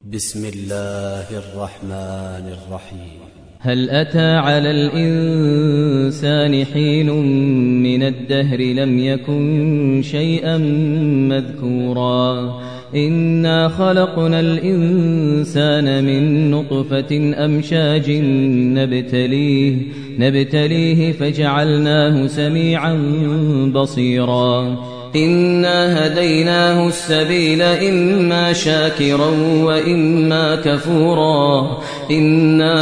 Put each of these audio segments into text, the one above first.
بسم الله الرحمن الرحيم. هل أتى على الإنسان حين من الدهر لم يكن شيئا مذكورا إنا خلقنا الإنسان من نطفة أمشاج نبتليه فجعلناه سميعا بصيرا إنا هديناه السبيل إما شاكرا وإما كفورا إنا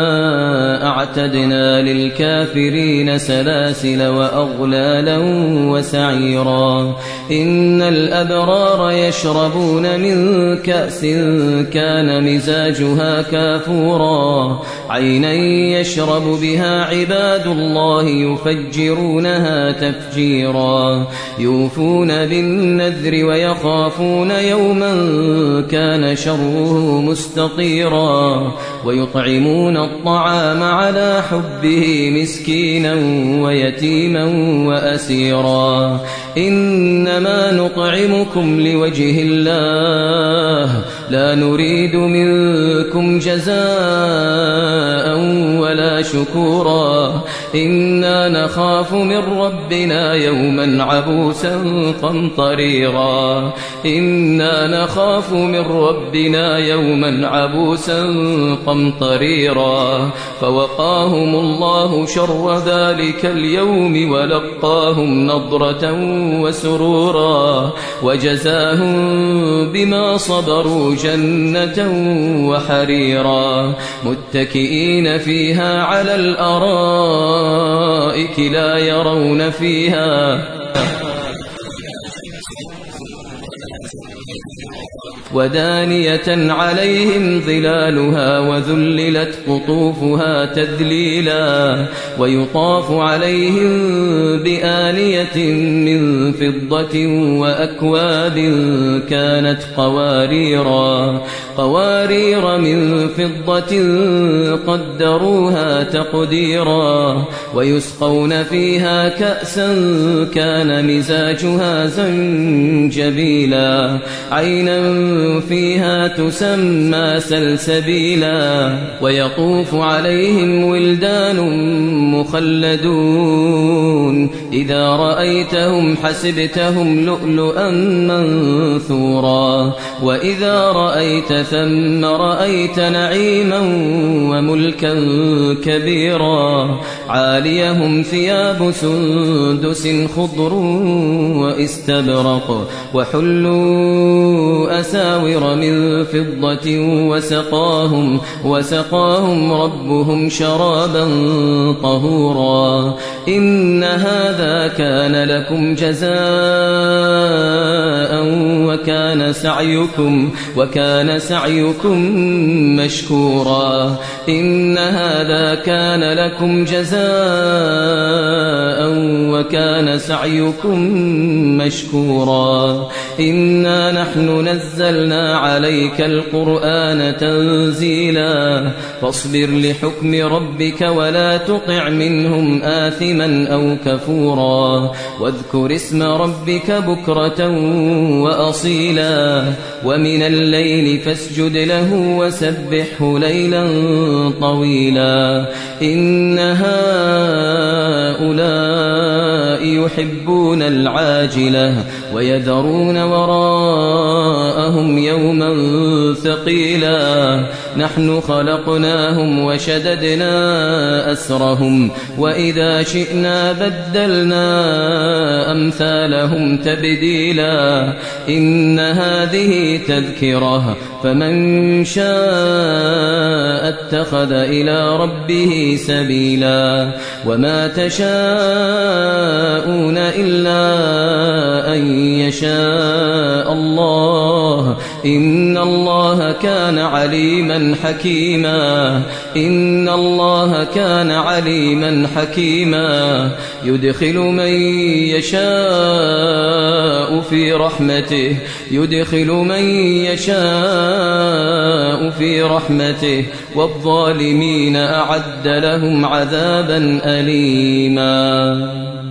أعتدنا للكافرين سلاسل وأغلالا وسعيرا إن الأبرار يشربون من كأس كان مزاجها كافورا عينا يشرب بها عباد الله يفجرونها تفجيرا يوفون بالنذر ويخافون يوما كان شره مستطيرا ويطعمون الطعام على حبه مسكينا ويتيما وأسيرا إنما نطعمكم لوجه الله لا نريد منكم جزاء ولا شكورا إنا نخاف من ربنا يوما عبوسا قمطريرا إنا نخاف من ربنا يوما عبوسا قمطريرا فوقاهم الله شر ذلك اليوم ولقاهم نضرة وسرورا وجزاهم بما صبروا جنة وحريرا متكئين فيها على الأرائك لا يرون فيها ودانية عليهم ظلالها وذللت قطوفها تذليلا ويطاف عليهم بآنية من فضة وأكواب كانت قوارير من فضة قدروها تقديرا ويسقون فيها كأسا كان مزاجها زنجبيلا عينا فيها تسمى سلسبيلا ويطوف عليهم ولدان مخلدون إذا رأيتهم حسبتهم لؤلؤا منثورا وإذا رأيت ثم رأيت نعيما وملكا كبيرا عاليهم ثياب سندس خضر واستبرق وحلوا أساور من فضة وسقاهم ربهم شرابا طهورا إن هذا كان لكم جزاء وكان سعيكم مشكورا إن هذا كان لكم جزاء وكان سعيكم مشكورا إنا نحن نزلنا عليك القرآن تنزيلا فاصبر لحكم ربك ولا تطع منهم آثما أو كفورا واذكر اسم ربك بكرة وأصيلا ومن الليل فاسجد له وسبحه ليلا طويلا إن هؤلاء يحبون العاجلة ويذرون وراءهم يوما ثقيلا نحن خلقناهم وشددنا أسرهم وإذا شئنا بدلنا أمثالهم تبديلا إن هذه تذكرة فمن شاء اتخذ إلى ربه سبيلا وما تشاءون إلا أن يشاء الله إن الله كان عليما حكيما يدخل من يشاء في رحمته والظالمين أعد لهم عذابا أليما.